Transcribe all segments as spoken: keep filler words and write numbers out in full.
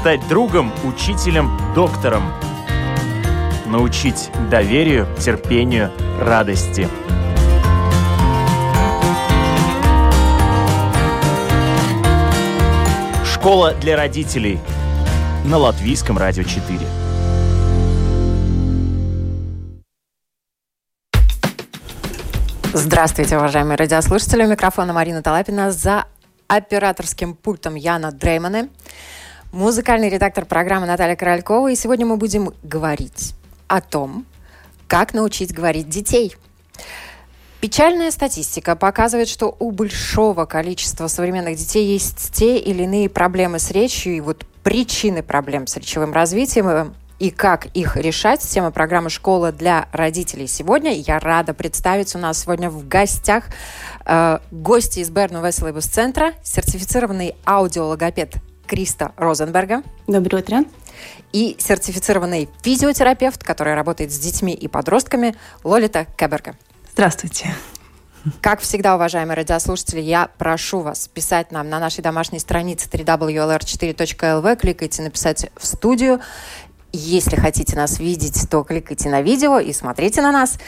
стать другом, учителем, доктором. Научить доверию, терпению, радости. Школа для родителей на Латвийском радио четыре. Здравствуйте, уважаемые радиослушатели. У микрофона Марина Талапина, за операторским пультом Яна Дреймане, музыкальный редактор программы Наталья Королькова. И сегодня мы будем говорить о том, как научить говорить детей. Печальная статистика показывает, что у большого количества современных детей есть те или иные проблемы с речью, и вот причины проблем с речевым развитием и как их решать. Тема программы «Школа для родителей» сегодня. Я рада представить, у нас сегодня в гостях э, гости из Берну Веселības центра, сертифицированный аудиологопед Криста Розенберга. Доброе утро. И сертифицированный физиотерапевт, который работает с детьми и подростками, Лолита Кеберга. Здравствуйте. Как всегда, уважаемые радиослушатели, я прошу вас писать нам на нашей домашней странице дабл ю дабл ю дабл ю точка эл эр четыре точка эл ви, кликайте «Написать в студию». Если хотите нас видеть, то кликайте на видео и смотрите на нас.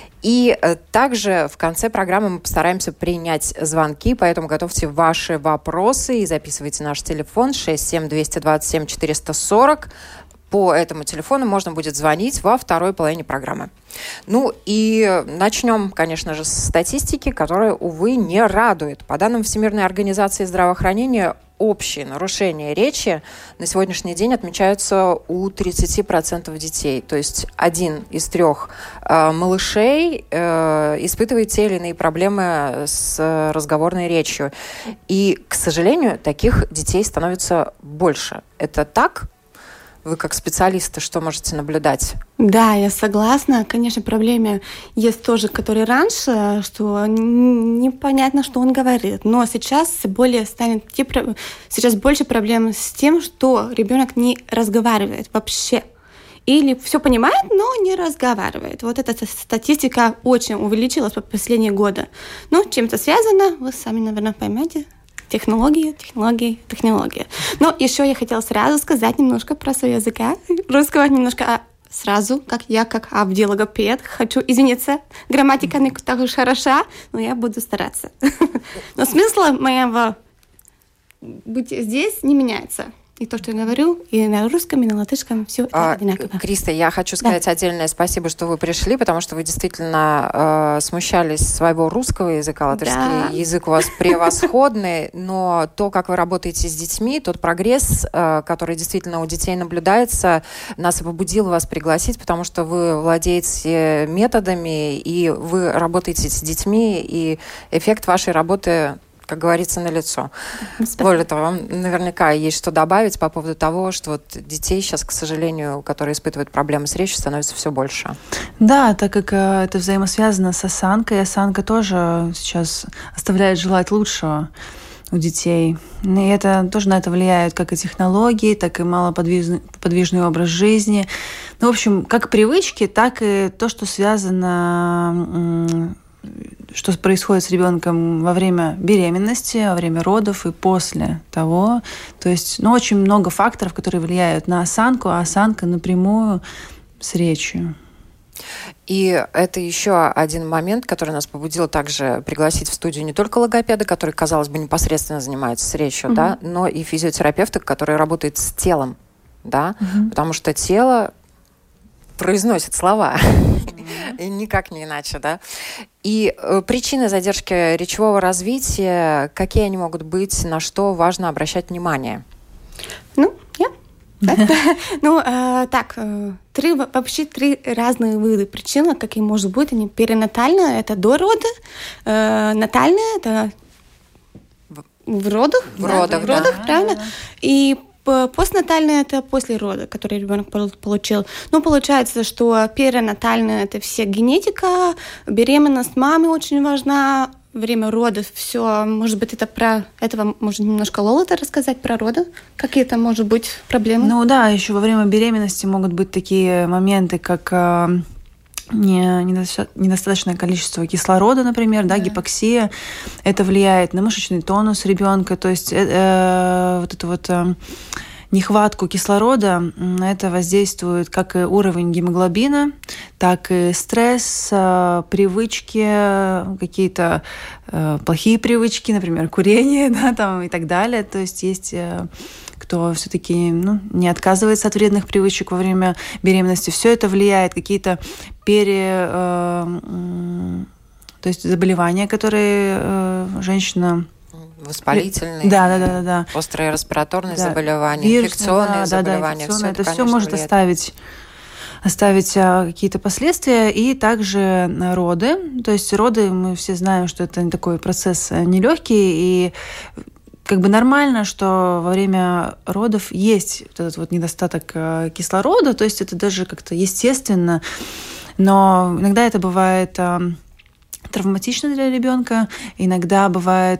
И э, также в конце программы мы постараемся принять звонки, поэтому готовьте ваши вопросы и записывайте наш телефон шесть семь два два семь четыре сорок. По этому телефону можно будет звонить во второй половине программы. Ну и начнем, конечно же, с статистики, которая, увы, не радует. По данным Всемирной организации здравоохранения, общие нарушения речи на сегодняшний день отмечаются у тридцать процентов детей. То есть один из трех э, малышей э, испытывает те или иные проблемы с разговорной речью. И, к сожалению, таких детей становится больше. Это так? Вы как специалисты что можете наблюдать? Да, я согласна. Конечно, проблемы есть тоже, которые раньше, что непонятно, что он говорит. Но сейчас более станет сейчас больше проблем с тем, что ребенок не разговаривает вообще. Или все понимает, но не разговаривает. Вот эта статистика очень увеличилась в последние годы. Но чем-то связано, вы сами, наверное, поймете. Технологии, технологии, технологии. Но еще я хотела сразу сказать немножко про свой язык русского, немножко а сразу, как я, как аудиологопед, хочу извиниться. Грамматика не так уж хороша, но я буду стараться. Но смысл моего быть здесь не меняется. И то, что я говорю, и на русском, и на латышском, все а, одинаково. Криста, я хочу сказать да. отдельное спасибо, что вы пришли, потому что вы действительно э, смущались своего русского языка. Латышский да. язык у вас превосходный, но то, как вы работаете с детьми, тот прогресс, э, который действительно у детей наблюдается, нас и побудил вас пригласить, потому что вы владеете методами, и вы работаете с детьми, и эффект вашей работы, как говорится, налицо. Более того, вам наверняка есть что добавить по поводу того, что вот детей сейчас, к сожалению, которые испытывают проблемы с речью, становится все больше. Да, так как э, это взаимосвязано с осанкой, осанка тоже сейчас оставляет желать лучшего у детей. И это тоже на это влияют как и технологии, так и малоподвижный подвижный образ жизни. Ну, в общем, как привычки, так и то, что связано... что происходит с ребенком во время беременности, во время родов и после того. То есть, ну, очень много факторов, которые влияют на осанку, а осанка напрямую с речью. И это еще один момент, который нас побудил также пригласить в студию не только логопеда, который, казалось бы, непосредственно занимается с речью, mm-hmm. да, но и физиотерапевта, который работает с телом, да, mm-hmm. потому что тело произносит слова, mm-hmm. и никак не иначе, да. И э, причины задержки речевого развития, какие они могут быть, на что важно обращать внимание? Ну, я. Ну, так, три вообще три разные вида причин, какие может быть. Они перинатальные, это до рода, натальные, это в родах, в родах, в родах, правильно? И постнатальные – это после рода, который ребенок получил. Ну, получается, что перинатальные – это все генетика, беременность мамы очень важна, время родов, все, может быть, это про этого можно немножко Лолита рассказать про роды, какие-то, может быть, проблемы? Ну да, еще во время беременности могут быть такие моменты, как э, не, недостаточное количество кислорода, например, да, да, гипоксия. Это влияет на мышечный тонус ребенка, то есть э, э, вот это вот э, нехватку кислорода, это воздействует как и уровень гемоглобина, так и стресс, привычки, какие-то плохие привычки, например, курение, да, там, и так далее. То есть есть кто все-таки ну, не отказывается от вредных привычек во время беременности. Все это влияет, какие-то пере... То есть заболевания, которые женщина... Воспалительные, да, да, да, да. острые респираторные да. заболевания, Вирусные, инфекционные да, заболевания. Да, да, все это, это все может влияет. оставить, оставить какие-то последствия. И также роды. То есть роды, мы все знаем, что это такой процесс нелегкий, и как бы нормально, что во время родов есть вот этот вот недостаток кислорода, то есть это даже как-то естественно, но иногда это бывает травматично для ребенка, иногда бывает,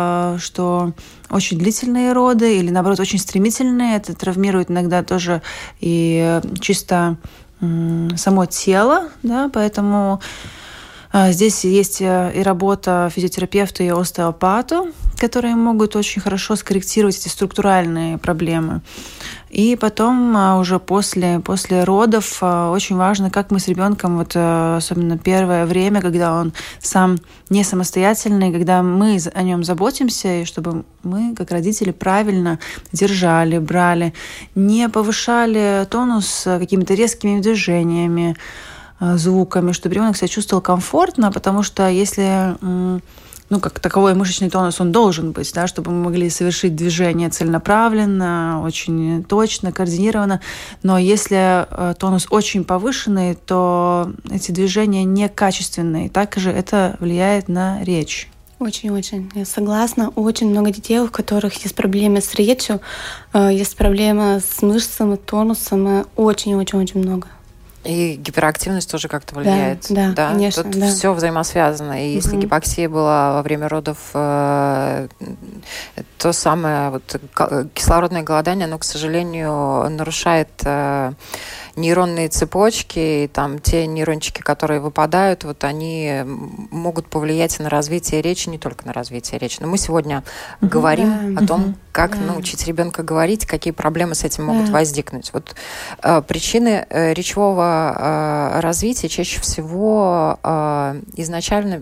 что очень длительные роды или, наоборот, очень стремительные, это травмирует иногда тоже и чисто само тело, да, поэтому здесь есть и работа физиотерапевта и остеопату, которые могут очень хорошо скорректировать эти структуральные проблемы. И потом уже после, после родов очень важно, как мы с ребенком, вот, особенно первое время, когда он сам не самостоятельный, когда мы о нем заботимся, и чтобы мы, как родители, правильно держали, брали, не повышали тонус какими-то резкими движениями, звуками, чтобы ребенок себя чувствовал комфортно, потому что если, ну, как таковой мышечный тонус, он должен быть, да, чтобы мы могли совершить движение целенаправленно, очень точно, координированно, но если тонус очень повышенный, то эти движения некачественные, также это влияет на речь. Очень-очень, я согласна. Очень много детей, у которых есть проблемы с речью, есть проблемы с мышцами, тонусом, очень-очень-очень много. И гиперактивность тоже как-то влияет. Да, да, да? конечно. Тут да. все взаимосвязано. И если угу. гипоксия была во время родов, э, то самое вот, кислородное голодание, оно, к сожалению, нарушает э, нейронные цепочки. И там те нейрончики, которые выпадают, вот они могут повлиять на развитие речи, не только на развитие речи. Но мы сегодня угу, говорим да. о том, как да. научить ребенка говорить, какие проблемы с этим могут да. возникнуть. Вот э, причины э, речевого э, развития чаще всего э, изначально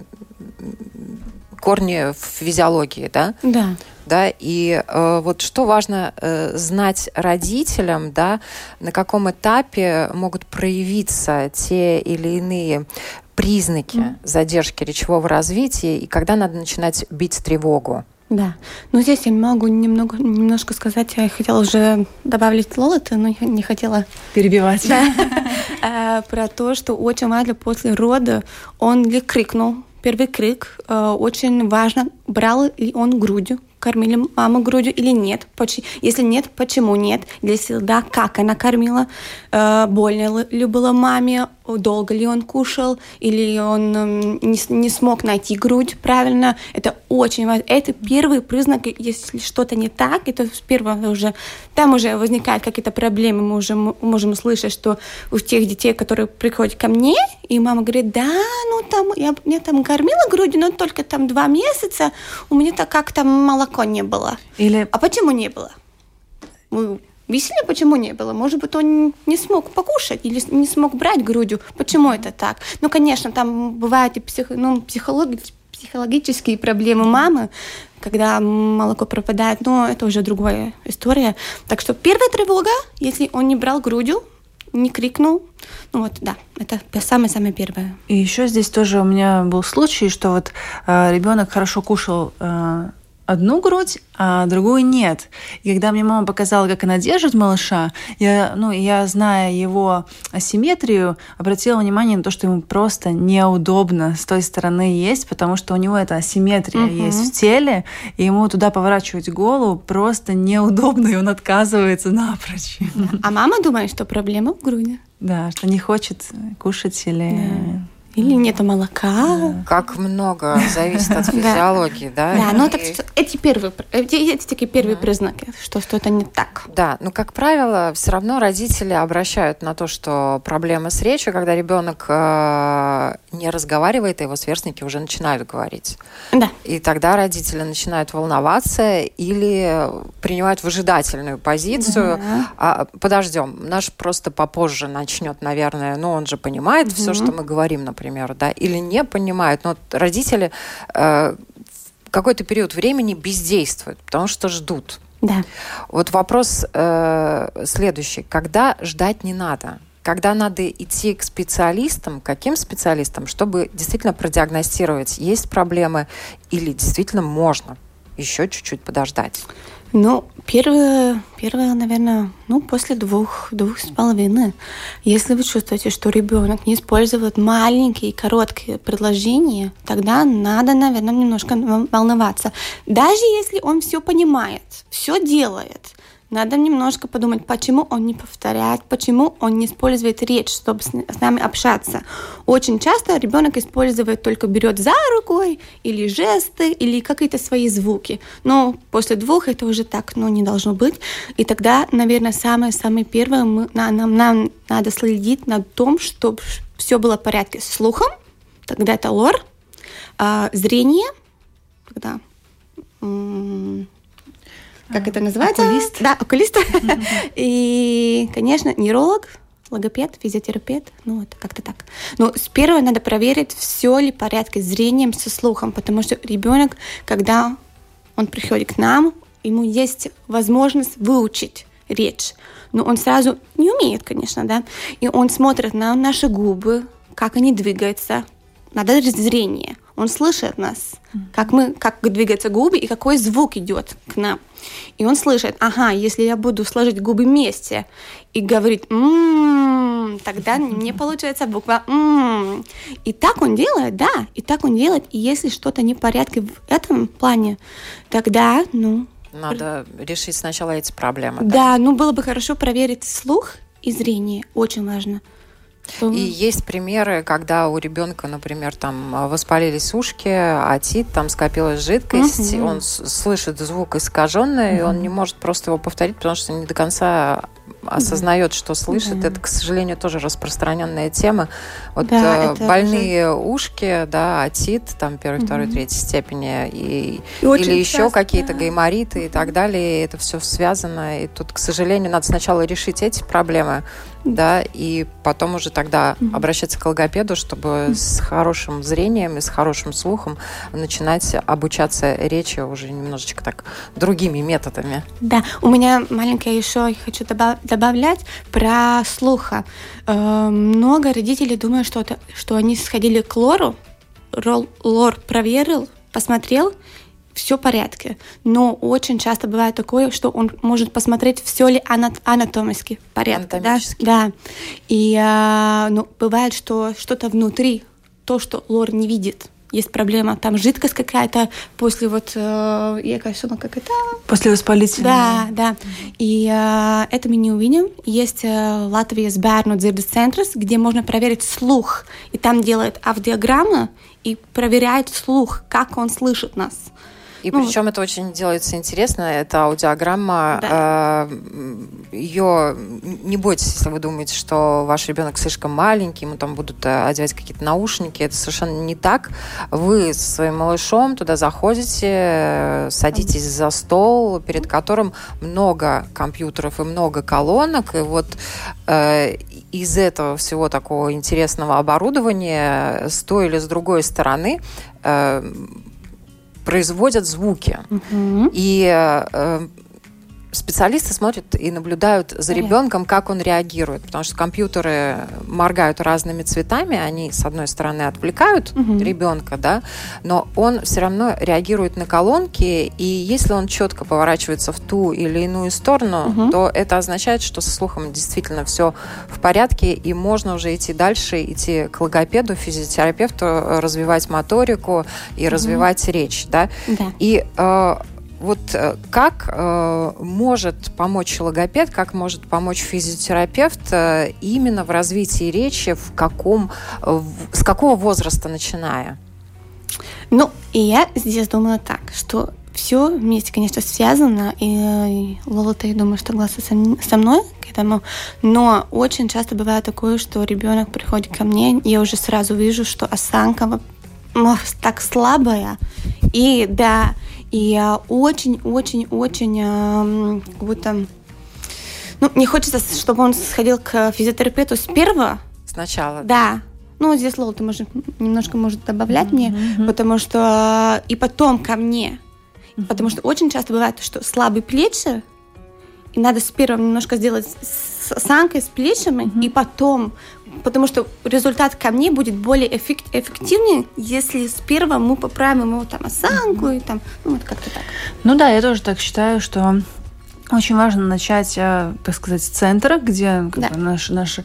корни в физиологии, да? Да. Да, и э, вот что важно э, знать родителям, да, на каком этапе могут проявиться те или иные признаки mm. задержки речевого развития и когда надо начинать бить тревогу. Да, но здесь я могу немного, немножко сказать, я хотела уже добавить Лолита, но я не хотела перебивать. Да. Про то, что очень важно после рода он ли крикнул, первый крик, очень важно, брал ли он грудью, кормили маму грудью или нет. Если нет, почему нет? Если да, как она кормила? Больно ли было маме? Долго ли он кушал? Или он не, не смог найти грудь правильно? Это очень важно. Это первый признак, если что-то не так, это первое уже, там уже возникают какие-то проблемы. Мы уже можем слышать, что у тех детей, которые приходят ко мне, и мама говорит, да, ну там, я, я там кормила грудью, но только там два месяца, у меня-то как-то молоко не было. Или... А почему не было? Мы выяснили, почему не было. Может быть, он не смог покушать или не смог брать грудью. Почему это так? Ну, конечно, там бывают и псих... ну, психологи... психологические проблемы мамы, когда молоко пропадает, но это уже другая история. Так что первая тревога, если он не брал грудью, не крикнул. Ну вот, да, это самое-самое первое. И еще здесь тоже у меня был случай, что вот э, ребенок хорошо кушал э, одну грудь, а другую нет. И когда мне мама показала, как она держит малыша, я, ну, я, зная его асимметрию, обратила внимание на то, что ему просто неудобно с той стороны есть, потому что у него эта асимметрия uh-huh. есть в теле, и ему туда поворачивать голову просто неудобно, и он отказывается напрочь. А мама думает, что проблема в груди. Да, что не хочет кушать или... Да. или нету молока. Как много зависит от физиологии, да? Да, ну так эти первые, эти такие первые признаки, что что-то не так. Да, но, как правило, все равно родители обращают на то, что проблемы с речью, когда ребенок не разговаривает, а его сверстники уже начинают говорить. Да. И тогда родители начинают волноваться или принимают выжидательную позицию. Да. А, подождем, наш просто попозже начнет, наверное, ну, он же понимает mm-hmm. все, что мы говорим, например. Например, да, или не понимают. Но вот родители э, в какой-то период времени бездействуют, потому что ждут. Да. Вот вопрос э, следующий. Когда ждать не надо? Когда надо идти к специалистам, каким специалистам, чтобы действительно продиагностировать, есть проблемы или действительно можно еще чуть-чуть подождать? Ну, первое, первое, наверное, ну, после двух, двух с половиной. Если вы чувствуете, что ребенок не использует маленькие, короткие предложения, тогда надо, наверное, немножко волноваться. Даже если он все понимает, все делает, надо немножко подумать, почему он не повторяет, почему он не использует речь, чтобы с нами общаться. Очень часто ребенок использует только берет за рукой, или жесты, или какие-то свои звуки. Но после двух это уже так, ну, не должно быть. И тогда, наверное, самое-самое первое, мы, нам, нам надо следить над том, чтобы все было в порядке с слухом, тогда это лор, а, зрение, когда... М- Как это называется? Окулист. Да, окулист. Mm-hmm. И, конечно, нейролог, логопед, физиотерапевт. Ну, вот как-то так. Но сперва надо проверить, все ли в порядке с зрением, со слухом, потому что ребенок, когда он приходит к нам, ему есть возможность выучить речь. Но он сразу не умеет, конечно, да. И он смотрит на наши губы, как они двигаются. Надо зрение. Он слышит нас, как мы, как двигаются губы и какой звук идет к нам. И он слышит, ага, если я буду сложить губы вместе и говорить «м-м-м», тогда мне получается буква «м-м». И так он делает, да, и так он делает. И если что-то не в порядке в этом плане, тогда, ну... Надо решить сначала эти проблемы. Да, да, ну было бы хорошо проверить слух и зрение, очень важно. И есть примеры, когда у ребенка, например, там воспалились ушки, отит, там скопилась жидкость, uh-huh. он с- слышит звук искаженный, uh-huh. и он не может просто его повторить, потому что не до конца осознает, что слышит. Uh-huh. Это, к сожалению, тоже распространенная тема. Вот да, э, больные уже... ушки, да, отит, там первой, uh-huh. второй, третьей степени, и, и или еще часто, какие-то да. гаймориты uh-huh. и так далее. Это все связано. И тут, к сожалению, надо сначала решить эти проблемы, да, и потом уже тогда mm-hmm. обращаться к логопеду, чтобы mm-hmm. с хорошим зрением и с хорошим слухом начинать обучаться речи уже немножечко так другими методами. Да, у меня маленькое еще хочу добав- добавлять про слуха. Э, много родителей думают, что, это, что они сходили к лору, лор проверил, посмотрел, все в порядке. Но очень часто бывает такое, что он может посмотреть, все ли анат- анатомически в порядке. Анатомически. Да? Да. И а, ну, бывает, что что-то внутри, то, что лор не видит. Есть проблема, там жидкость какая-то после вот, э, я кажется, как это... После воспалительного. Да, да. И э, это мы не увидим. Есть э, Латвия с Bērnu dzirdes centrs, где можно проверить слух. И там делают аудиограммы и проверяют слух, как он слышит нас. И ну, причем вот. Это очень делается интересно. Это аудиограмма. Да. Э, ее не бойтесь, если вы думаете, что ваш ребенок слишком маленький, ему там будут одевать какие-то наушники. Это совершенно не так. Вы со своим малышом туда заходите, садитесь за стол, перед которым много компьютеров и много колонок. И вот э, из этого всего такого интересного оборудования с той или с другой стороны э, производят звуки. Uh-huh. И э, специалисты смотрят и наблюдают за ребенком, как он реагирует. Потому что компьютеры моргают разными цветами, они, с одной стороны, отвлекают uh-huh. ребенка, да, но он все равно реагирует на колонки, и если он четко поворачивается в ту или иную сторону, uh-huh. то это означает, что со слухом действительно все в порядке, и можно уже идти дальше, идти к логопеду, физиотерапевту, развивать моторику и uh-huh. развивать речь, да. Да. И э, Вот как э, может помочь логопед, как может помочь физиотерапевт э, именно в развитии речи, в каком, в, с какого возраста начиная? Ну, и я здесь думаю так, что все вместе, конечно, связано, и Лола-то, я думаю, что согласна со мной к этому, но очень часто бывает такое, что ребенок приходит ко мне, и я уже сразу вижу, что осанка так слабая, и да, и очень-очень-очень как будто, ну, не хочется, чтобы он сходил к физиотерапевту с первого. Сначала. Да. Ну, здесь Лола, ты может, немножко может добавлять mm-hmm. мне, потому что и потом ко мне. Mm-hmm. Потому что очень часто бывает, что слабые плечи, и надо с первым немножко сделать с осанкой, с плечами, mm-hmm. и потом, потому что результат ко мне будет более эффект, эффективнее, если с первого мы поправим его там осанку, mm-hmm. и там, ну, вот как-то так. Ну да, я тоже так считаю, что очень важно начать, так сказать, с центра, где как да. бы, наш, наш,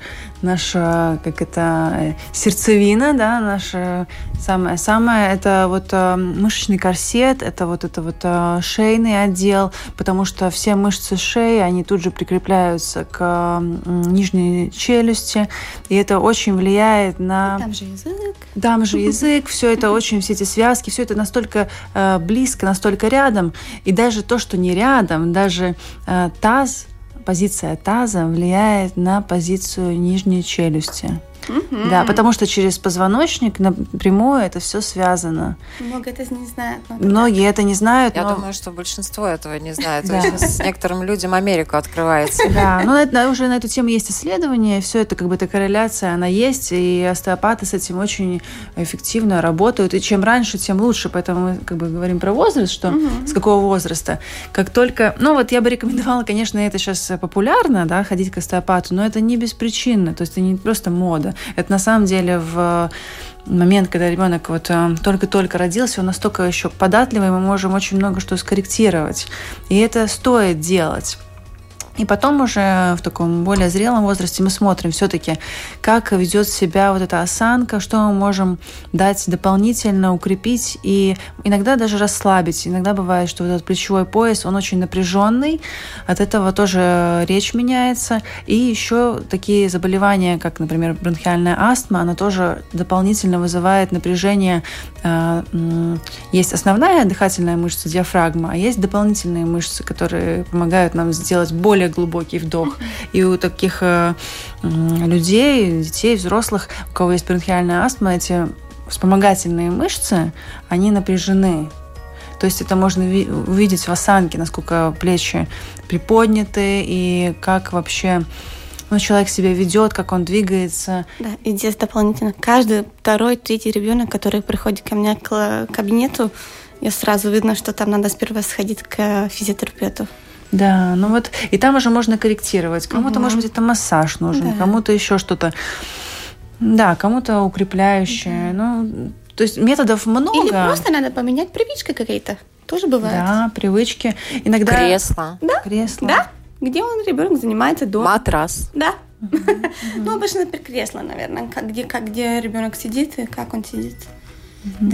наша, как это, сердцевина, да, наша самое-самое, это вот мышечный корсет, это вот это вот шейный отдел, потому что все мышцы шеи, они тут же прикрепляются к нижней челюсти, и это очень влияет на... Там же язык. Там же язык, все это очень, все эти связки, все это настолько близко, настолько рядом, и даже то, что не рядом, даже таз, позиция таза влияет на позицию нижней челюсти. Mm-hmm. Да, потому что через позвоночник напрямую это все связано. Многие это не знают. Многие это не знают. Я но... думаю, что большинство этого не знает. Да. С некоторым людям Америка открывается. Да, но это, уже на эту тему есть исследования, все это как бы эта корреляция, она есть, и остеопаты с этим очень эффективно работают. И чем раньше, тем лучше. Поэтому мы как бы говорим про возраст, что mm-hmm. с какого возраста. Как только... Ну вот я бы рекомендовала, конечно, это сейчас популярно, да, ходить к остеопату, но это не беспричинно, то есть это не просто мода. Это на самом деле в момент, когда ребенок вот только-только родился, он настолько еще податливый, мы можем очень много что скорректировать. И это стоит делать. И потом уже в таком более зрелом возрасте мы смотрим все-таки, как ведет себя вот эта осанка, что мы можем дать дополнительно, укрепить и иногда даже расслабить. Иногда бывает, что вот этот плечевой пояс, он очень напряженный, от этого тоже речь меняется. И еще такие заболевания, как, например, бронхиальная астма, она тоже дополнительно вызывает напряжение. Есть основная дыхательная мышца, диафрагма, а есть дополнительные мышцы, которые помогают нам сделать более глубокий вдох. И у таких э, людей, детей, взрослых, у кого есть бронхиальная астма, эти вспомогательные мышцы, они напряжены. То есть это можно ви- увидеть в осанке, насколько плечи приподняты и как вообще ну, человек себя ведет, как он двигается. Да, и здесь дополнительно. Каждый второй, третий ребенок, который приходит ко мне к кабинету, я сразу видно, что там надо сперва сходить к физиотерапевту. Да, ну вот, и там уже можно корректировать. Кому-то, угу. может быть, это массаж нужен, да. кому-то еще что-то. Да, кому-то укрепляющее. Да. Ну, то есть методов много. Или просто надо поменять привычки какие-то. Тоже бывает. Да, привычки. Иногда... Кресло. Да, кресло. Да, где он, ребенок, занимается дома. Матрас. Да. Ну, обычно, например, кресло, наверное, где, где ребенок сидит и как он сидит. Да.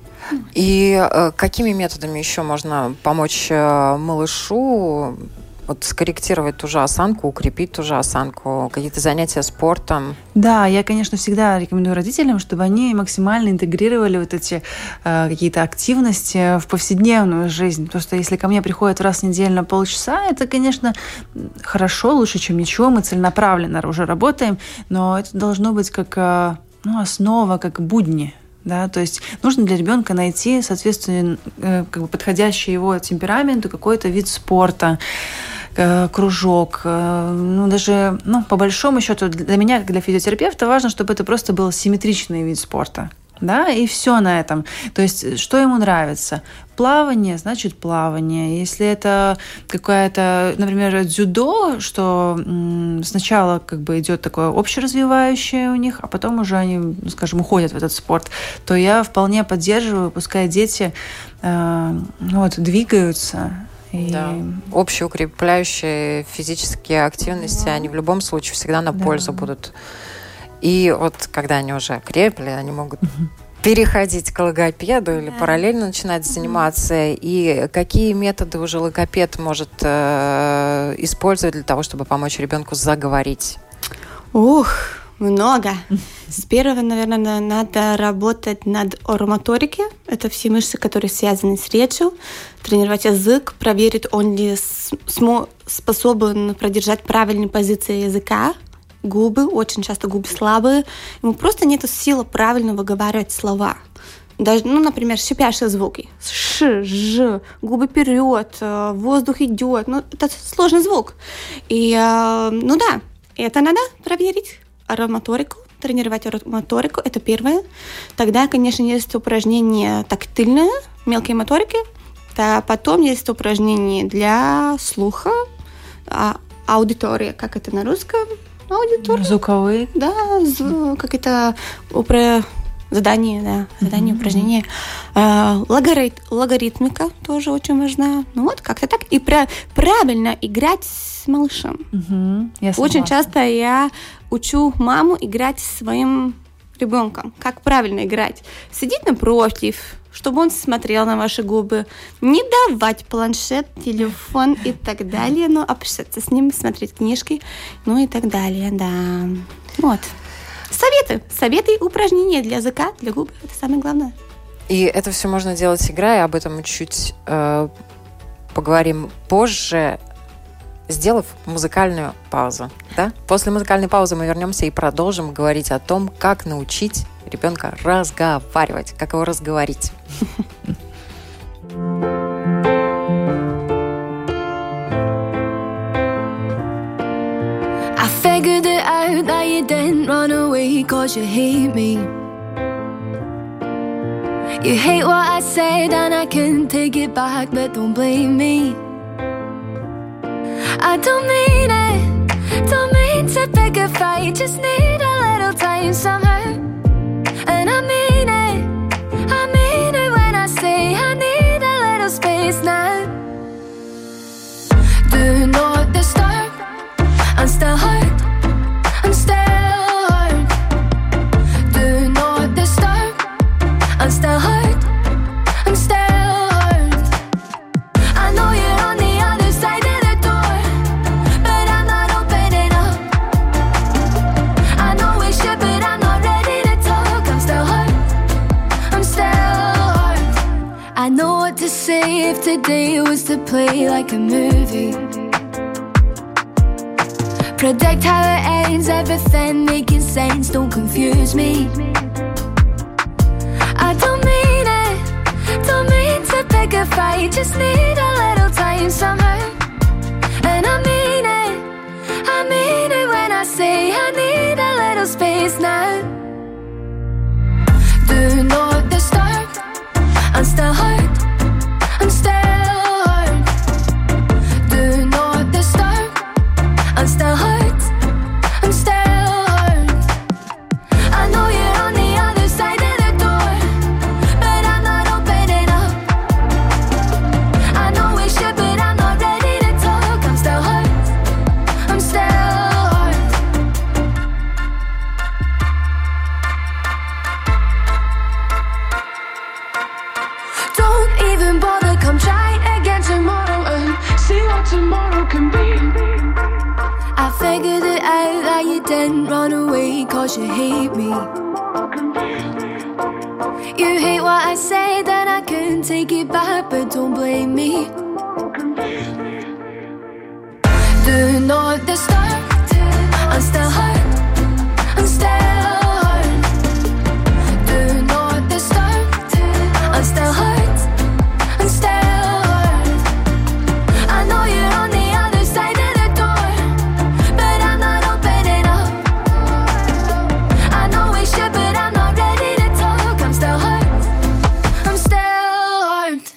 И э, какими методами еще можно помочь э, малышу вот, скорректировать ту же осанку, укрепить ту же осанку, какие-то занятия спортом? Да, я, конечно, всегда рекомендую родителям, чтобы они максимально интегрировали вот эти э, какие-то активности в повседневную жизнь. Потому что если ко мне приходят раз в неделю на полчаса, это, конечно, хорошо, лучше, чем ничего. Мы целенаправленно уже работаем, но это должно быть как э, ну, основа, как будни. Да, то есть нужно для ребенка найти, соответственно, как бы подходящий его темпераменту какой-то вид спорта, кружок. Ну, даже, ну, по большому счету, для меня, как для физиотерапевта, важно, чтобы это просто был симметричный вид спорта. Да, и все на этом. То есть, что ему нравится? Плавание, значит, плавание. Если это какая-то, например, дзюдо, что м, сначала как бы идет такое общеразвивающее у них, а потом уже они, скажем, уходят в этот спорт, то я вполне поддерживаю, пускай дети э, вот, двигаются. И... Да. Общеукрепляющие физические активности, да. они в любом случае всегда на да. пользу будут. И вот когда они уже окрепли, они могут uh-huh. переходить к логопеду или параллельно начинать заниматься? И какие методы уже логопед может э, использовать для того, чтобы помочь ребенку заговорить? Ух, много. С первого, наверное, надо работать над оромоторикой. Это все мышцы, которые связаны с речью. Тренировать язык, проверить, он ли смо- способен продержать правильные позиции языка. Губы, очень часто губы слабые. Ему просто нет силы правильно выговаривать слова. Даже, ну, например, шипящие звуки. Ш, ж, губы вперед, воздух идет. Ну, это сложный звук. И, ну да, это надо проверить. Оромоторику, тренировать оромоторику, это первое. Тогда, конечно, есть упражнения тактильные, мелкие моторики. Да, потом есть упражнения для слуха, а, аудитория, как это на русском? Аудитория. Звуковые. Да, зв... как это упра... задание, да, задание, mm-hmm. упражнение. А, логарит... Логаритмика тоже очень важна. Ну вот, как-то так. И пра... правильно играть с малышем. Mm-hmm. Очень часто я учу маму играть с своим ребенком. Как правильно играть. Сидеть напротив, чтобы он смотрел на ваши губы. Не давать планшет, телефон и так далее, но общаться с ним, смотреть книжки, ну и так далее, да. Вот. Советы. Советы и упражнения для языка, для губ. Это самое главное. И это все можно делать играя, об этом мы чуть э, поговорим позже, сделав музыкальную паузу. Да? После музыкальной паузы мы вернемся и продолжим говорить о том, как научить ребенка разговаривать, как его разговорить. I figured it out that you didn't run away 'cause you hate me. You hate what I said and I can't take it back, but don't blame me. I don't mean it, don't mean to pick a fight, just need a little time somehow. And I mean it, I mean it when I say I need a little space now. Do not disturb, I'm still hurt, I'm still hurt. Do not disturb, I'm still hurt, I'm still hurt. I know you're on the other side of the door, but I'm not opening up. I know we should, but I'm not ready to talk. I'm still hurt, I'm still hurt. I know what to say if today was to play like a movie. Predict how it ends, everything making sense, don't confuse me. I don't mean it, don't mean to pick a fight, just need a little time somehow. And I mean it, I mean it when I say I need a little space now. Do not disturb, I'm still hurt, I'm still hurt. Do not disturb, I'm still hurt, I'm still hurt. I know you're on the other side of the door, but I'm not opening up. I know we should, but I'm not ready to talk. I'm still hurt, I'm still hurt. Don't even bother, come try again tomorrow and see what tomorrow can be. I figured it out that you didn't run away 'cause you hate me. You hate what I said and I couldn't take it back, but don't blame me. Do not disturb, I'm still hurt, I'm still hurt. Do not disturb, I'm still hurt, I'm still hurt. I know you're on the other side of the door, but I'm not opening up. I know we should, but I'm not ready to talk. I'm still hurt, I'm still hurt.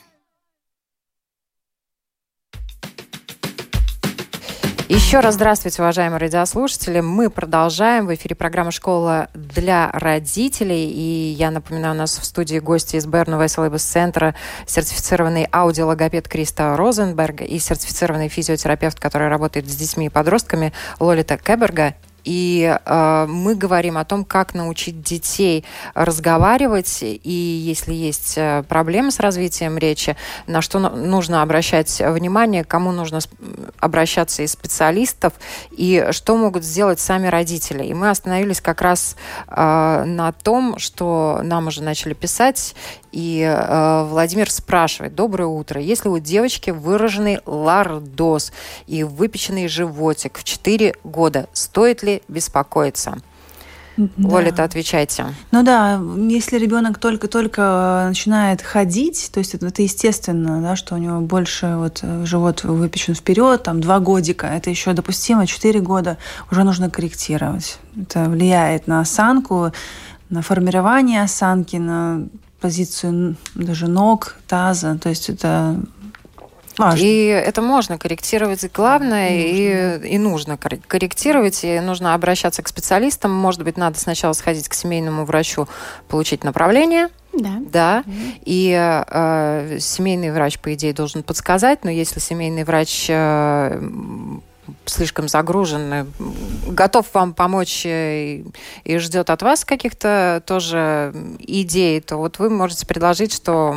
Еще раз здравствуйте, уважаемые радиослушатели. Мы продолжаем. В эфире программа «Школа для родителей». И я напоминаю, у нас в студии гости из Берну Веселибус-центра, сертифицированный аудиологопед Криста Розенберг и сертифицированный физиотерапевт, который работает с детьми и подростками, Лолита Кеберга. И э, мы говорим о том, как научить детей разговаривать, и если есть проблемы с развитием речи, на что нужно обращать внимание, кому нужно обращаться из специалистов, и что могут сделать сами родители. И мы остановились как раз э, на том, что нам уже начали писать, и э, Владимир спрашивает: доброе утро. Если у девочки выраженный лордоз и выпеченный животик в четыре года, стоит ли беспокоиться? Да. Лолита, отвечайте. Ну да, если ребенок только-только начинает ходить, то есть это, это естественно, да, что у него больше вот живот выпечен вперед, там два годика, это еще допустимо, четыре года уже нужно корректировать. Это влияет на осанку, на формирование осанки, на позицию даже ног, таза, то есть это важно. И это можно корректировать. Главное, и, и нужно корректировать, и нужно обращаться к специалистам. Может быть, надо сначала сходить к семейному врачу, получить направление. Да. Да. Mm-hmm. И э, семейный врач, по идее, должен подсказать, но если семейный врач э, слишком загружен, готов вам помочь и, и ждет от вас каких-то тоже идей, то вот вы можете предложить, что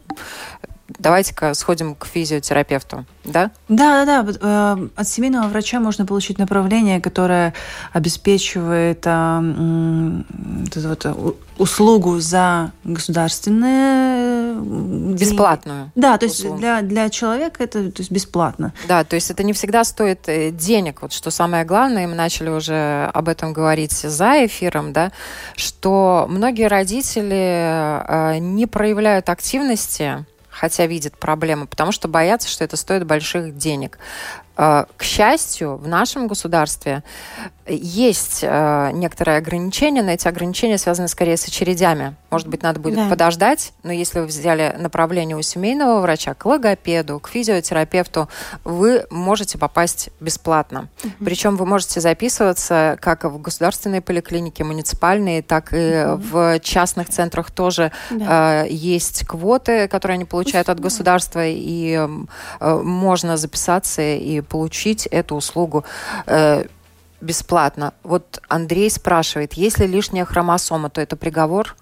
давайте-ка сходим к физиотерапевту, да? Да, да, да. От семейного врача можно получить направление, которое обеспечивает а, м, вот, услугу за государственные... Бесплатную. Да, то есть для, для человека это то есть бесплатно. Да, то есть это не всегда стоит денег. Вот что самое главное, и мы начали уже об этом говорить за эфиром, да, что многие родители не проявляют активности, хотя видят проблему, потому что боятся, что это стоит больших денег. К счастью, в нашем государстве есть некоторые ограничения, но эти ограничения связаны скорее с очередями. Может быть, надо будет да. подождать, но если вы взяли направление у семейного врача к логопеду, к физиотерапевту, вы можете попасть бесплатно. Uh-huh. Причем вы можете записываться как в государственные поликлиники, муниципальные, так и uh-huh. в частных центрах тоже да. э, есть квоты, которые они получают uh-huh. от государства, и э, можно записаться и получить эту услугу э, бесплатно. Вот Андрей спрашивает, если лишняя хромосома, то это приговор?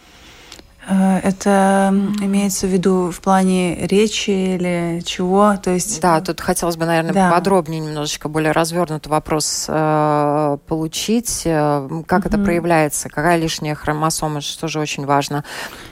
Это имеется в виду в плане речи или чего? То есть... Да, тут хотелось бы, наверное, да. подробнее, немножечко более развернутый вопрос э, получить. Э, как mm-hmm. это проявляется? Какая лишняя хромосома? Что же очень важно.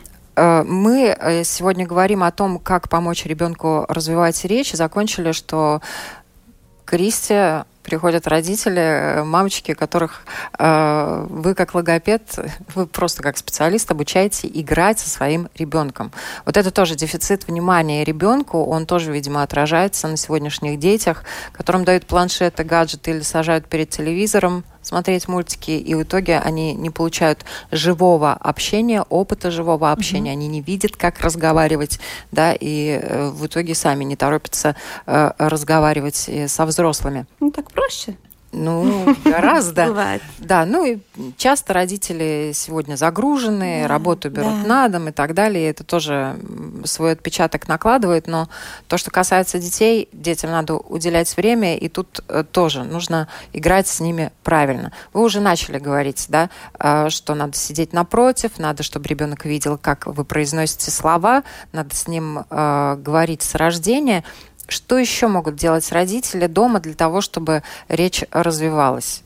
Мы сегодня говорим о том, как помочь ребенку развивать речь, и закончили, что к Кристе приходят родители, мамочки, которых э, вы как логопед, вы просто как специалист обучаете играть со своим ребенком. Вот это тоже дефицит внимания ребенку, он тоже, видимо, отражается на сегодняшних детях, которым дают планшеты, гаджеты или сажают перед телевизором смотреть мультики, и в итоге они не получают живого общения, опыта живого общения, mm-hmm. они не видят, как разговаривать, да, и э, в итоге сами не торопятся э, разговаривать со взрослыми. Ну, так проще. Ну, гораздо. Бывает. Да, ну и часто родители сегодня загружены, да, работу берут да. на дом и так далее. И это тоже свой отпечаток накладывает. Но то, что касается детей, детям надо уделять время, и тут тоже нужно играть с ними правильно. Вы уже начали говорить, да, что надо сидеть напротив, надо, чтобы ребенок видел, как вы произносите слова, надо с ним э, говорить с рождения. Что еще могут делать родители дома для того, чтобы речь развивалась?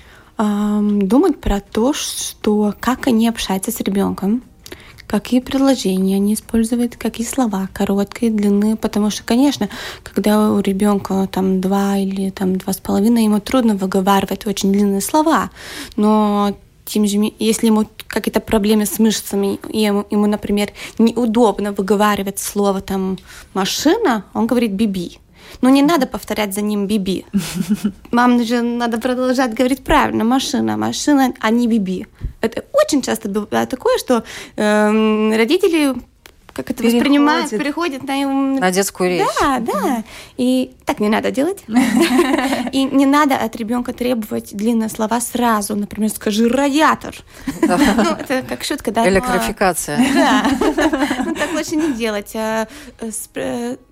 Думать про то, что как они общаются с ребенком, какие предложения они используют, какие слова, короткие, длинные, потому что, конечно, когда у ребенка там два или там два с половиной, ему трудно выговаривать очень длинные слова, но тем же, если ему какие-то проблемы с мышцами, и ему, ему, например, неудобно выговаривать слово там «машина», он говорит «биби». Но не надо повторять за ним «биби». Мам же надо продолжать говорить правильно «машина», «машина», а не «биби». Это очень часто бывает такое, что э, родители как это переходит. воспринимают, переходят на... на детскую речь. Да, да. И так не надо делать. И не надо от ребенка требовать длинные слова сразу. Например, скажи «радиатор». Это как шутка, да? Электрификация. Да. Так лучше не делать.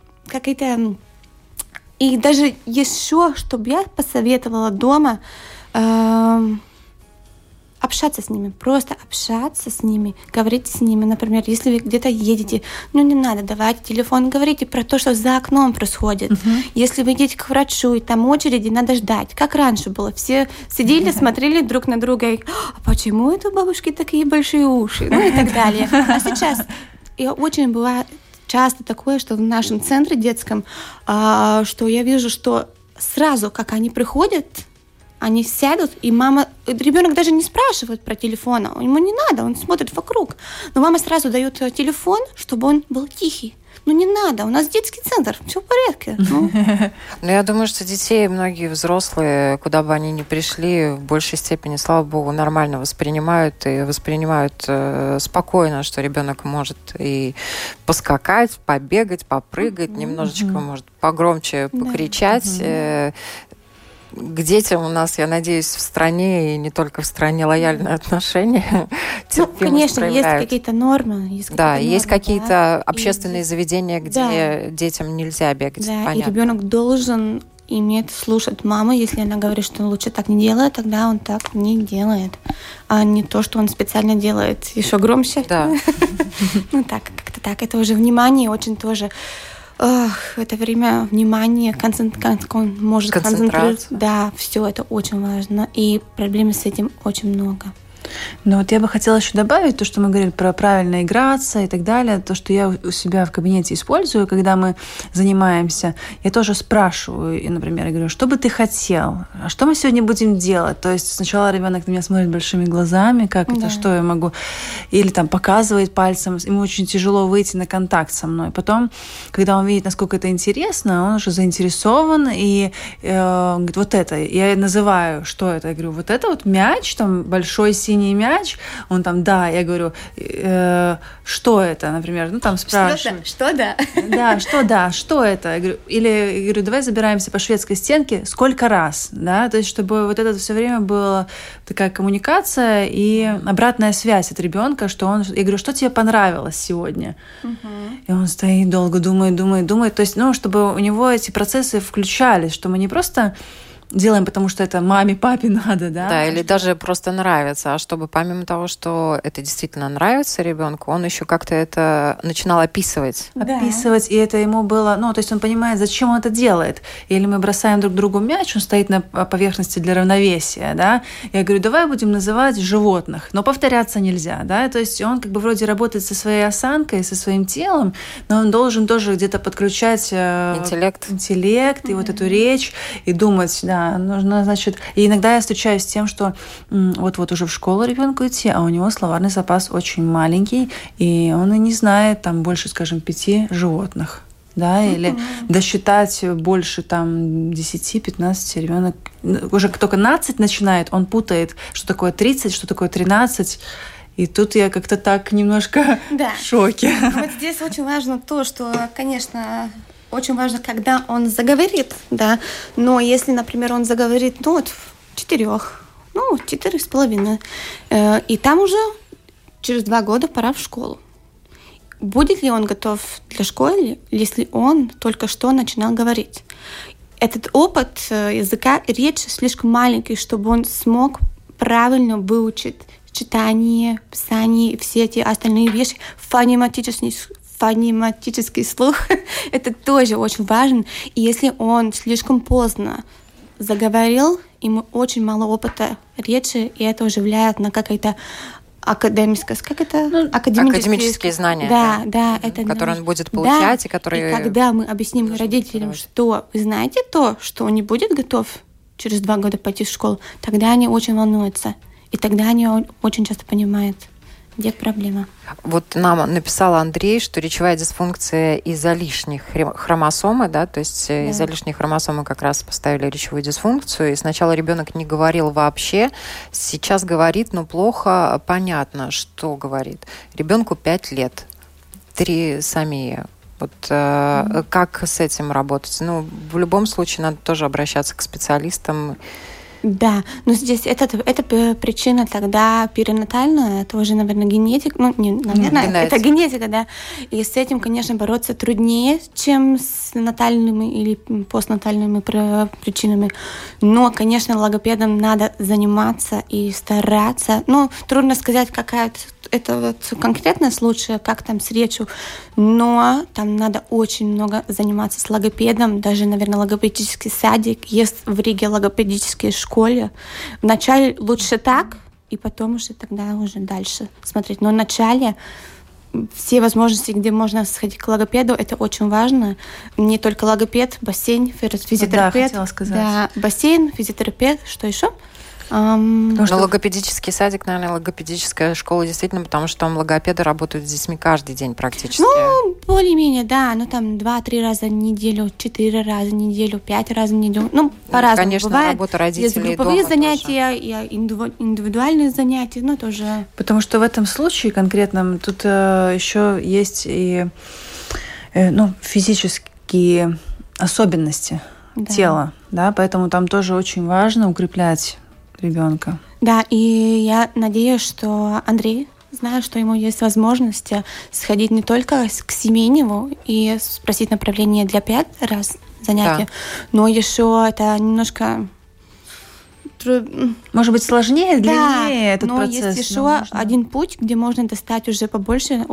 Какие-то... И даже еще, чтобы я посоветовала дома, э, общаться с ними, просто общаться с ними, говорить с ними. Например, если вы где-то едете, ну не надо давать телефон, говорите про то, что за окном происходит. Uh-huh. Если вы идете к врачу, и там очереди, надо ждать. Как раньше было. Все сидели, uh-huh. смотрели друг на друга, и а почему это у бабушки такие большие уши? Ну и так далее. А сейчас и очень бывает часто такое, что в нашем центре детском, а, что я вижу, что сразу, как они приходят, они сядут, и мама... Ребенок даже не спрашивает про телефон, ему не надо, он смотрит вокруг. Но мама сразу дает телефон, чтобы он был тихий. Ну не надо, у нас детский центр, все в порядке. Ну. Ну, я думаю, что детей многие взрослые, куда бы они ни пришли, в большей степени, слава богу, нормально воспринимают и воспринимают э, спокойно, что ребенок может и поскакать, побегать, попрыгать, mm-hmm. немножечко, mm-hmm. может, погромче покричать. Mm-hmm. К детям у нас, я надеюсь, в стране и не только в стране лояльное отношение. Ну, конечно, есть какие-то нормы. Есть да, какие-то есть нормы, какие-то да. общественные и... заведения, где да. детям нельзя бегать. Да, понятно. И ребенок должен иметь слушать маму. Если она говорит, что он лучше так не делает, тогда он так не делает. А не то, что он специально делает еще громче. Да. Ну так, как-то так. Это уже внимание очень тоже... Ох, это время внимания, концентр... он может концентрироваться. Да, все это очень важно. И проблем с этим очень много. Но вот я бы хотела еще добавить то, что мы говорили про правильно играться и так далее, то, что я у себя в кабинете использую, когда мы занимаемся, я тоже спрашиваю, и, например, я говорю, что бы ты хотел, а что мы сегодня будем делать? То есть сначала ребенок на меня смотрит большими глазами, как да. это, что я могу, или там показывает пальцем, ему очень тяжело выйти на контакт со мной. Потом, когда он видит, насколько это интересно, он уже заинтересован, и э, говорит, вот это, я называю, что это, я говорю, вот это вот мяч, там большой синий мяч, он там, да, я говорю, э, что это, например, ну там спрашивают. Что да? Да, что да, что это? Я говорю, или я говорю, давай забираемся по шведской стенке, сколько раз, да, то есть чтобы вот это все время была такая коммуникация и обратная связь от ребенка, что он, я говорю, что тебе понравилось сегодня? Uh-huh. И он стоит долго, думает, думает, думает, то есть, ну, чтобы у него эти процессы включались, что мы не просто делаем, потому что это маме, папе надо, да? Да, или даже просто нравится. А чтобы помимо того, что это действительно нравится ребенку, он еще как-то это начинал описывать. Да. Описывать, и это ему было... Ну, то есть он понимает, зачем он это делает. Или мы бросаем друг другу мяч, он стоит на поверхности для равновесия, да? Я говорю, давай будем называть животных, но повторяться нельзя, да? То есть он как бы вроде работает со своей осанкой, со своим телом, но он должен тоже где-то подключать... Интеллект. Интеллект, mm-hmm. и вот эту речь, и думать, да, Да, нужно, значит... И иногда я встречаюсь с тем, что вот-вот уже в школу ребенку идти, а у него словарный запас очень маленький, и он и не знает там больше, скажем, пяти животных. Да, или mm-hmm. досчитать больше там десять-пятнадцать ребенок. Уже только пятнадцать начинает, он путает, что такое тридцать, что такое тринадцать. И тут я как-то так немножко да. в шоке. Вот здесь очень важно то, что, конечно... Очень важно, когда он заговорит, да. Но если, например, он заговорит, ну вот в четырех, ну четыре с половиной, э, и там уже через два года пора в школу. Будет ли он готов для школы, если он только что начинал говорить? Этот опыт языка, речи слишком маленький, чтобы он смог правильно выучить читание, писание и все эти остальные вещи, фонематический фонематический слух, это тоже очень важно. И если он слишком поздно заговорил, ему очень мало опыта речи, и это уже влияет на какое-то академическое, как это? Ну, академические, академические знания, да, да, да это которые он будет получать, да, и которые. И когда мы объясним родителям, что вы знаете то, что он не будет готов через два года пойти в школу, тогда они очень волнуются, и тогда они очень часто понимают, где проблема. Вот нам написал Андрей, что речевая дисфункция из-за лишних хромосомы, да, то есть да. из-за лишней хромосомы как раз поставили речевую дисфункцию, и сначала ребенок не говорил вообще, сейчас говорит, но плохо понятно, что говорит. Ребенку пять лет, трисомия. Вот э, mm-hmm. как с этим работать? Ну, в любом случае надо тоже обращаться к специалистам. Да, но здесь это, это причина тогда перинатальная, это уже, наверное, генетика, ну, не, наверное, генетика. Это генетика, да, и с этим, конечно, бороться труднее, чем с натальными или постнатальными причинами, но, конечно, логопедом надо заниматься и стараться, ну, трудно сказать, какая это вот конкретный случай, как там с речью, но там надо очень много заниматься с логопедом, даже, наверное, логопедический садик, есть в Риге логопедические школы. Вначале лучше так, и потом уже тогда уже дальше смотреть. Но вначале все возможности, где можно сходить к логопеду, это очень важно. Не только логопед, бассейн, физиотерапевт. Да, хотела сказать. Да, бассейн, физиотерапевт, что еще? Um, Потому что логопедический садик, наверное, логопедическая школа, действительно, потому что там логопеды работают с детьми каждый день практически. Ну, более-менее, да. Ну, там два-три раза в неделю, четыре раза в неделю, пять раз в неделю. Ну, по-разному. Конечно, бывает. Работа родителей есть групповые дома занятия, и индивидуальные занятия, ну, тоже. Потому что в этом случае конкретном тут э, еще есть и э, ну, физические особенности да. тела, да, поэтому там тоже очень важно укреплять ребенка. Да, и я надеюсь, что Андрей, зная, что ему есть возможность сходить не только к семейному и спросить направление для пять раз занятия, да. но еще это немножко... Может быть, сложнее, длиннее да, этот но процесс. Есть еще можно... один путь, где можно достать уже побольше...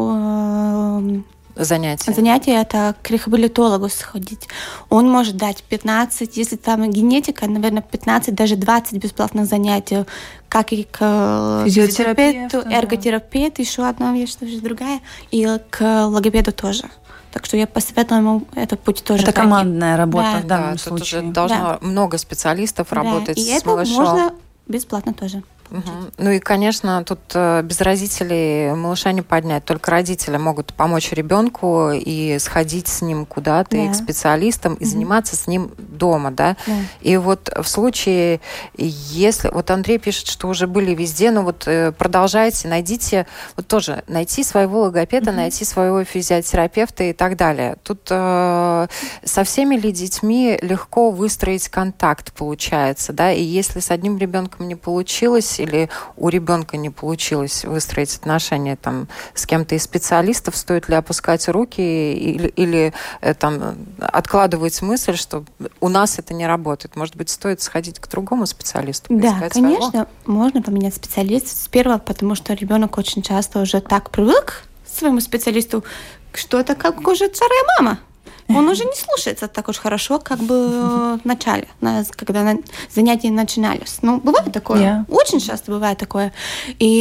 Занятия. Занятия — это к рехабилитологу сходить. Он может дать пятнадцать, если там генетика, наверное, пятнадцать, даже двадцать бесплатных занятий, как и к физиотерапевту, эрготерапевту, да. еще одна вещь, тоже другая, и к логопеду тоже. Так что я посоветую ему этот путь тоже. Это пройти. Командная работа да. в данном да, случае. Тут уже должно да. много специалистов да. работать и с это малышом. Можно бесплатно тоже. Угу. Ну и, конечно, тут без родителей малыша не поднять. Только родители могут помочь ребенку и сходить с ним куда-то, да. и к специалистам, и угу. заниматься с ним дома, да? да. И вот в случае, если... Вот Андрей пишет, что уже были везде, но вот продолжайте, найдите... Вот тоже найти своего логопеда, угу. найти своего физиотерапевта и так далее. Тут э, со всеми ли детьми легко выстроить контакт, получается, да? И если с одним ребенком не получилось, или у ребенка не получилось выстроить отношения там, с кем-то из специалистов, стоит ли опускать руки или, или там, откладывать мысль, что у нас это не работает? Может быть, стоит сходить к другому специалисту? Да, конечно, своего? Можно поменять специалиста с первого, потому что ребенок очень часто уже так привык к своему специалисту, что это как уже старая мама. Он уже не слушается так уж хорошо, как бы в начале, когда занятия начинались. Ну, бывает такое. Yeah. Очень часто бывает такое. И,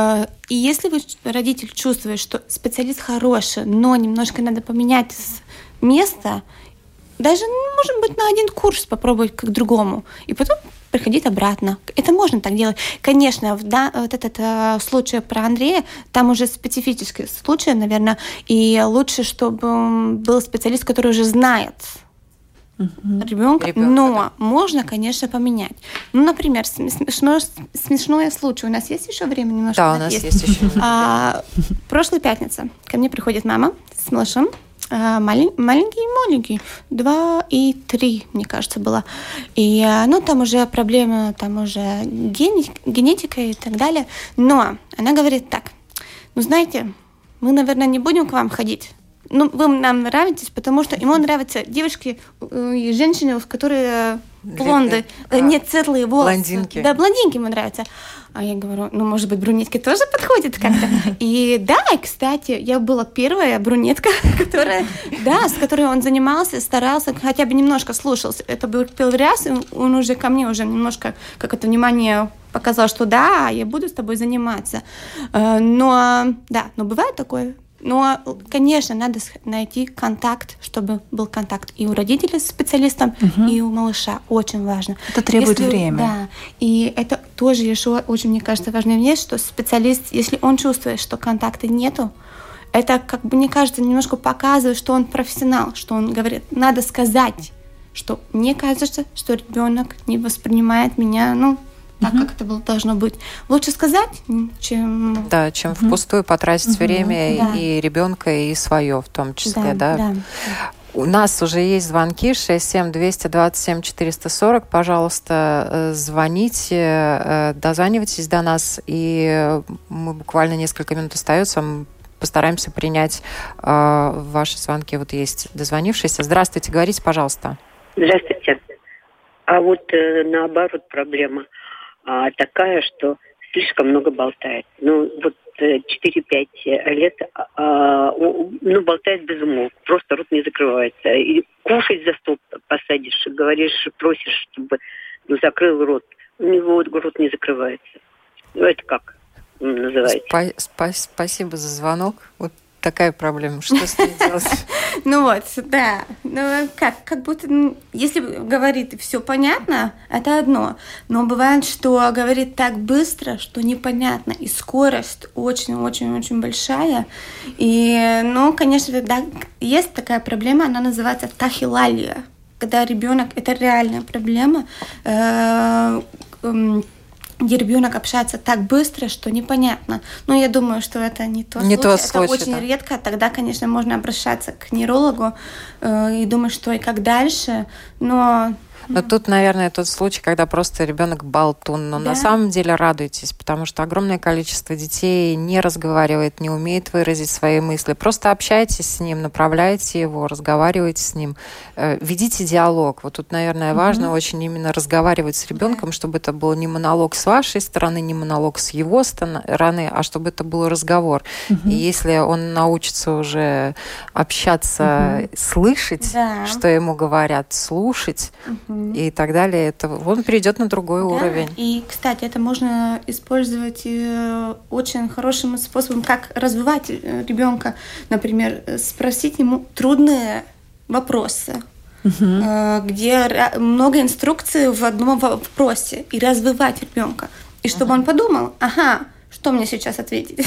и если вы, родитель, чувствует, что специалист хороший, но немножко надо поменять место, даже, может быть, на один курс попробовать к другому, и потом приходить обратно. Это можно так делать. Конечно, да, вот этот э, случай про Андрея, там уже специфический случай, наверное, и лучше, чтобы был специалист, который уже знает uh-huh. ребенка, Ребенка, но да. можно, конечно, поменять. Ну, например, смешной, смешной случай. У нас есть еще время немножко? Да, у нас есть, есть еще. А, прошлая пятница ко мне приходит мама с малышом, маленький-маленький, два и три, мне кажется, было. И, ну, там уже проблемы, там уже гени- генетика и так далее. Но она говорит так, ну, знаете, мы, наверное, не будем к вам ходить. Ну, вы нам нравитесь, потому что ему нравятся девушки и женщины, которые блонды, а, нет, светлые волосы. Блондинки. Да, блондинки ему нравятся. А я говорю, ну, может быть, брюнетки тоже подходят как-то. И да, и, кстати, я была первая брюнетка, которая, да, с которой он занимался, старался, хотя бы немножко слушался. Это был первый раз, и он уже ко мне уже немножко, как это, внимание показал, что да, я буду с тобой заниматься. Но, да, но бывает такое. Но, конечно, надо найти контакт, чтобы был контакт и у родителей с специалистом, угу. и у малыша. Очень важно. Это требует если, времени. Да. И это тоже еще очень, мне кажется, важная вещь, что специалист, если он чувствует, что контакта нету, это, как бы, мне кажется, немножко показывает, что он профессионал, что он говорит, надо сказать, что мне кажется, что ребенок не воспринимает меня, ну, так, uh-huh. как это было, должно быть. Лучше сказать, чем... Да, чем uh-huh. впустую потратить uh-huh. время uh-huh. и ребенка, и свое в том числе, да? Да, да. У нас уже есть звонки шесть семь двести двадцать семь четыреста сорок. Пожалуйста, звоните, дозванивайтесь до нас, и мы буквально несколько минут остается. Мы постараемся принять э, ваши звонки. Вот есть дозвонившиеся. Здравствуйте, говорите, пожалуйста. Здравствуйте. А вот э, наоборот проблема а, такая, что слишком много болтает. Ну, вот четыре-пять лет, а, ну, болтает без умолку, просто рот не закрывается. И кушать за стол посадишь, говоришь, просишь, чтобы ну, закрыл рот. У него вот рот не закрывается. Ну, это как называется? Спа- спа- спасибо за звонок. Вот такая проблема. Что с ней делать? Ну вот, да. Ну как, как будто, если говорит все понятно, это одно. Но бывает, что говорит так быстро, что непонятно, и скорость очень-очень-очень большая. И, ну, конечно, да, есть такая проблема, она называется тахилалия. Когда ребенок, это реальная проблема, э- э- где ребенок общается так быстро, что непонятно. Но я думаю, что это не тот не случай. Тот это случай, очень да. редко. Тогда, конечно, можно обращаться к нейрологу э, и думать, что и как дальше. Но... Но тут, наверное, тот случай, когда просто ребенок болтун. Но да. На самом деле радуйтесь, потому что огромное количество детей не разговаривает, не умеет выразить свои мысли. Просто общайтесь с ним, направляйте его, разговаривайте с ним, э, ведите диалог. Вот тут, наверное, важно mm-hmm. очень именно разговаривать с ребенком, да. чтобы это был не монолог с вашей стороны, не монолог с его стороны, а чтобы это был разговор. Mm-hmm. И если он научится уже общаться, mm-hmm. слышать, да. что ему говорят, слушать, mm-hmm. и так далее, это он перейдет на другой да. уровень. И, кстати, это можно использовать э, очень хорошим способом, как развивать ребенка. Например, спросить ему трудные вопросы, uh-huh. э, где много инструкций в одном вопросе, и развивать ребенка. И чтобы uh-huh. он подумал, ага, что мне сейчас ответить?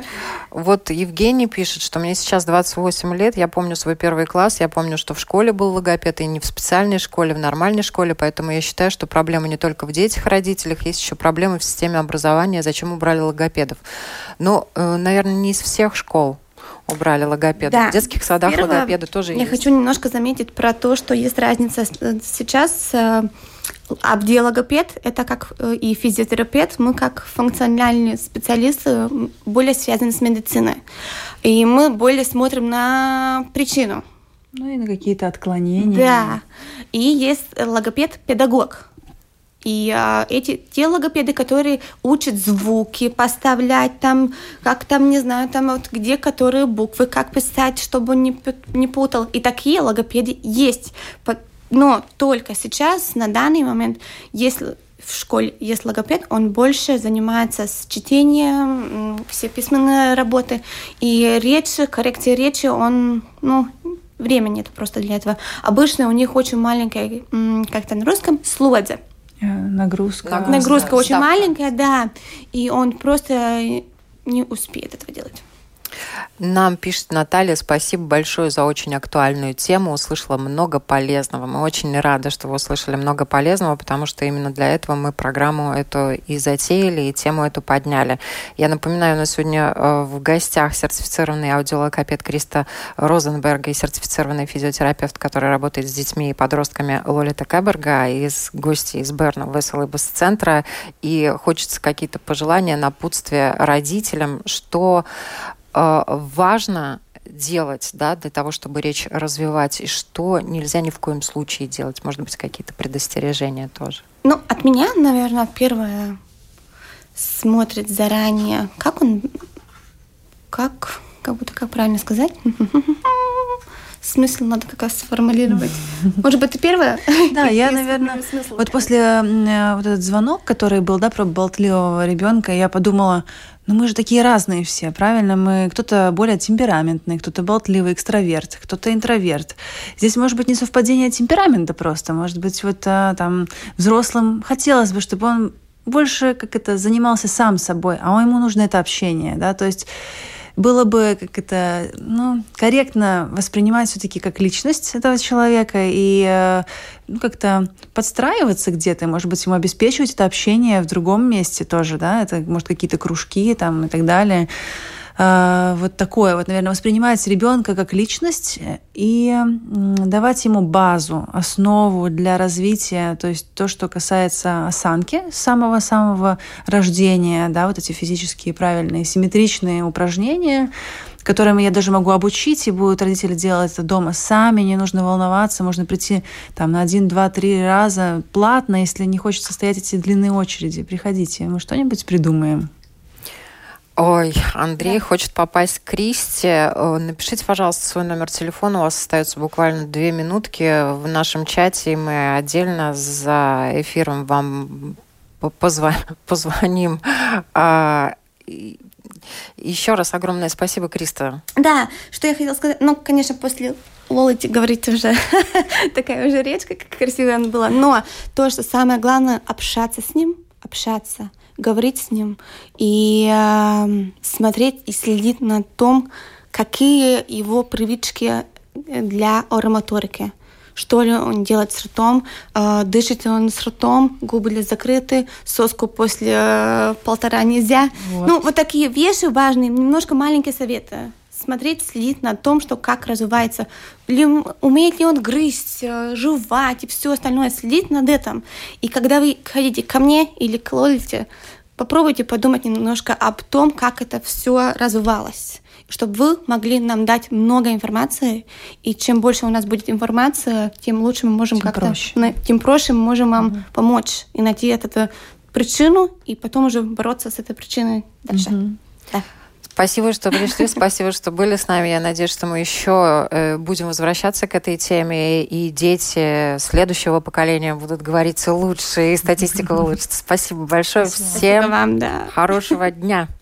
Вот Евгений пишет, что мне сейчас двадцать восемь лет, я помню свой первый класс, я помню, что в школе был логопед, и не в специальной школе, в нормальной школе, поэтому я считаю, что проблема не только в детях, родителях, есть еще проблемы в системе образования, зачем убрали логопедов. Но, наверное, не из всех школ убрали логопедов. Да. В детских садах Первое, логопеды тоже я есть. Я хочу немножко заметить про то, что есть разница сейчас. А где логопед, это как и физиотерапевт, мы как функциональные специалисты более связаны с медициной. И мы более смотрим на причину. Ну и на какие-то отклонения. Да. И есть логопед-педагог. И а, эти те логопеды, которые учат звуки поставлять, там, как там, не знаю, там вот где которые буквы, как писать, чтобы он не, не путал. И такие логопеды есть. Но только сейчас, на данный момент, если в школе есть логопед, он больше занимается с чтением, все письменные работы. И речь, коррекция речи, он, ну, времени нет просто для этого. Обычно у них очень маленькая, как-то на русском, слодзе. Нагрузка. Нагрузка, Нагрузка очень ставка. маленькая, да. И он просто не успеет этого делать. Нам пишет Наталья, спасибо большое за очень актуальную тему. Услышала много полезного. Мы очень рады, что вы услышали много полезного, потому что именно для этого мы программу эту и затеяли, и тему эту подняли. Я напоминаю, у нас сегодня в гостях сертифицированный аудиологопед Криста Розенберга и сертифицированный физиотерапевт, который работает с детьми и подростками, Лолита Кеберга, и гости из Берна Веселый Бас-центра. И хочется какие-то пожелания, напутствия родителям, что важно делать, да, для того, чтобы речь развивать, и что нельзя ни в коем случае делать? Может быть, какие-то предостережения тоже? Ну, от меня, наверное, первое смотрит заранее, как он, как, как будто, как правильно сказать? Смысл надо как раз сформулировать. Может быть, ты первая? Да, я, наверное, вот после вот этот звонок, который был, да, про болтливого ребенка, я подумала, ну мы же такие разные все, правильно? Мы кто-то более темпераментный, кто-то болтливый, экстраверт, кто-то интроверт. Здесь может быть не совпадение темперамента просто, может быть, вот там взрослым хотелось бы, чтобы он больше как это занимался сам собой, а ему нужно это общение, да, то есть было бы как это, ну, корректно воспринимать все-таки как личность этого человека и ну, как-то подстраиваться где-то, может быть, ему обеспечивать это общение в другом месте тоже, да, это, может, какие-то кружки там и так далее. э, вот такое вот, наверное, воспринимать ребенка как личность и давать ему базу, основу для развития, то есть то, что касается осанки с самого-самого рождения, да, вот эти физические правильные симметричные упражнения, которым я даже могу обучить, и будут родители делать это дома сами, не нужно волноваться, можно прийти там на один, два, три раза платно, если не хочется стоять эти длинные очереди. Приходите, мы что-нибудь придумаем. Ой, Андрей Да. хочет попасть к Кристе. Напишите, пожалуйста, свой номер телефона. У вас остается буквально две минутки в нашем чате, и мы отдельно за эфиром вам позва- позвоним. А, и еще раз огромное спасибо, Криста. Да, что я хотела сказать. Ну, конечно, после Лолы говорить уже такая уже речь, как красивая она была. Но то, что самое главное, общаться с ним, общаться, говорить с ним и э, смотреть и следить на том, какие его привычки для оремоторики. Что ли он делает с ртом, э, дышит ли он с ртом, губы ли закрыты, соску после э, полтора нельзя. Вот. Ну, вот такие вещи важные, немножко маленькие советы. Смотреть, следить на том, что как развивается, ли, умеет ли он грызть, э, жевать и все остальное, следить над этим. И когда вы ходите ко мне или к Лолите, попробуйте подумать немножко об том, как это все развивалось, чтобы вы могли нам дать много информации, и чем больше у нас будет информации, тем лучше мы можем Тем как-то... проще. на- тем проще мы можем вам Мгм. помочь и найти эту причину, и потом уже бороться с этой причиной дальше. Мгм. Да. Спасибо, что пришли, спасибо, что были с нами. Я надеюсь, что мы еще э, будем возвращаться к этой теме, и дети следующего поколения будут говорить лучше, и статистика улучшится. Спасибо большое. Спасибо Всем вам, да. хорошего дня.